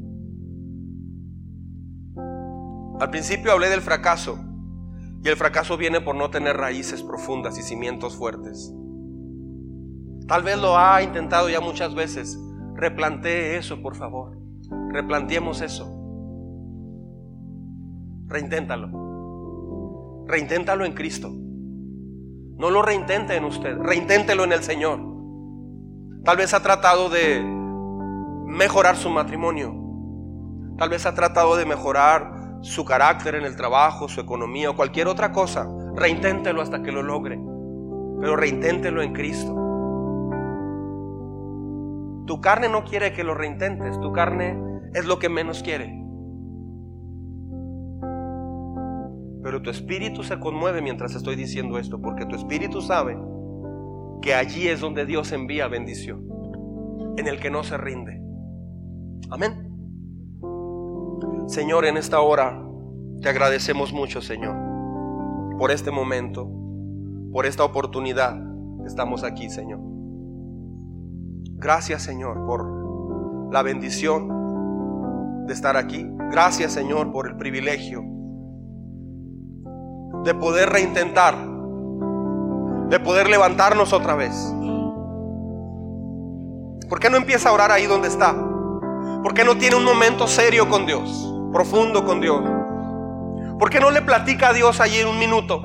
Al principio hablé del fracaso, y el fracaso viene por no tener raíces profundas y cimientos fuertes. Tal vez lo ha intentado ya muchas veces. Replantee eso, por favor. Replanteemos eso. Reinténtalo. Reinténtalo en Cristo. No lo reintente en usted, reinténtelo en el Señor. Tal vez ha tratado de mejorar su matrimonio. Tal vez ha tratado de mejorar su carácter en el trabajo, su economía o cualquier otra cosa. Reinténtelo hasta que lo logre. Pero reinténtelo en Cristo. Tu carne no quiere que lo reintentes. Tu carne es lo que menos quiere. Pero tu espíritu se conmueve mientras estoy diciendo esto, porque tu espíritu sabe que allí es donde Dios envía bendición, en el que no se rinde. Amén. Señor, en esta hora te agradecemos mucho, Señor, por este momento, por esta oportunidad que estamos aquí, Señor. Gracias, Señor, por la bendición de estar aquí. Gracias, Señor, por el privilegio de poder reintentar, de poder levantarnos otra vez. ¿Por qué no empieza a orar ahí donde está? ¿Por qué no tiene un momento serio con Dios, profundo con Dios? ¿Por qué no le platica a Dios allí en un minuto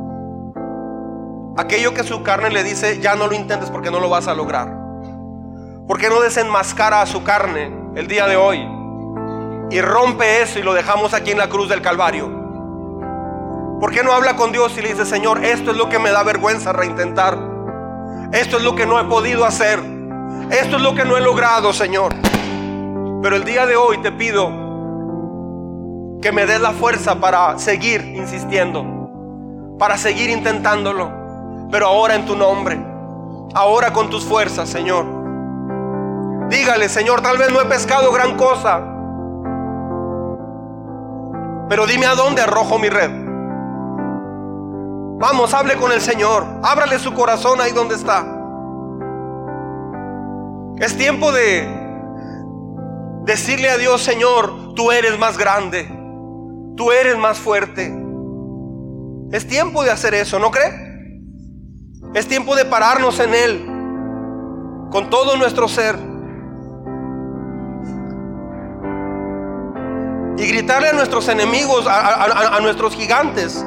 aquello que su carne le dice: ya no lo intentes porque no lo vas a lograr? ¿Por qué no desenmascara a su carne el día de hoy y rompe eso y lo dejamos aquí en la cruz del Calvario? ¿Por qué no habla con Dios y le dice: Señor, esto es lo que me da vergüenza reintentar, esto es lo que no he podido hacer, esto es lo que no he logrado, Señor? Pero el día de hoy te pido que me des la fuerza para seguir insistiendo, para seguir intentándolo, pero ahora en tu nombre, ahora con tus fuerzas, Señor. Dígale: Señor, tal vez no he pescado gran cosa, pero dime a dónde arrojo mi red. Vamos, hable con el Señor. Ábrale su corazón ahí donde está. Es tiempo de decirle a Dios: Señor, tú eres más grande, tú eres más fuerte. Es tiempo de hacer eso, ¿no cree? Es tiempo de pararnos en Él con todo nuestro ser y gritarle a nuestros enemigos, a, a, a nuestros gigantes: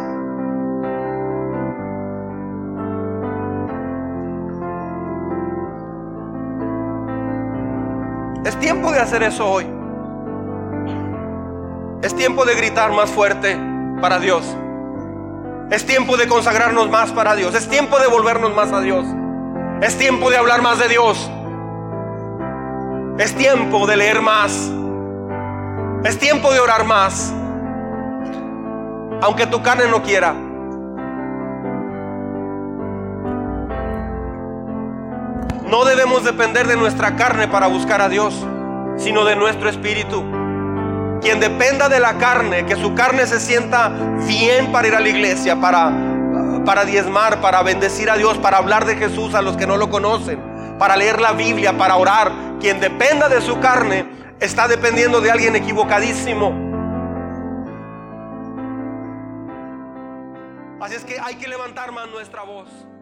es tiempo de hacer eso hoy. Es tiempo de gritar más fuerte para Dios. Es tiempo de consagrarnos más para Dios. Es tiempo de volvernos más a Dios. Es tiempo de hablar más de Dios. Es tiempo de leer más. Es tiempo de orar más, aunque tu carne no quiera. No debemos depender de nuestra carne para buscar a Dios, sino de nuestro espíritu. Quien dependa de la carne, que su carne se sienta bien para ir a la iglesia, para, para diezmar, para bendecir a Dios, para hablar de Jesús a los que no lo conocen, para leer la Biblia, para orar. Quien dependa de su carne está dependiendo de alguien equivocadísimo. Así es que hay que levantar más nuestra voz.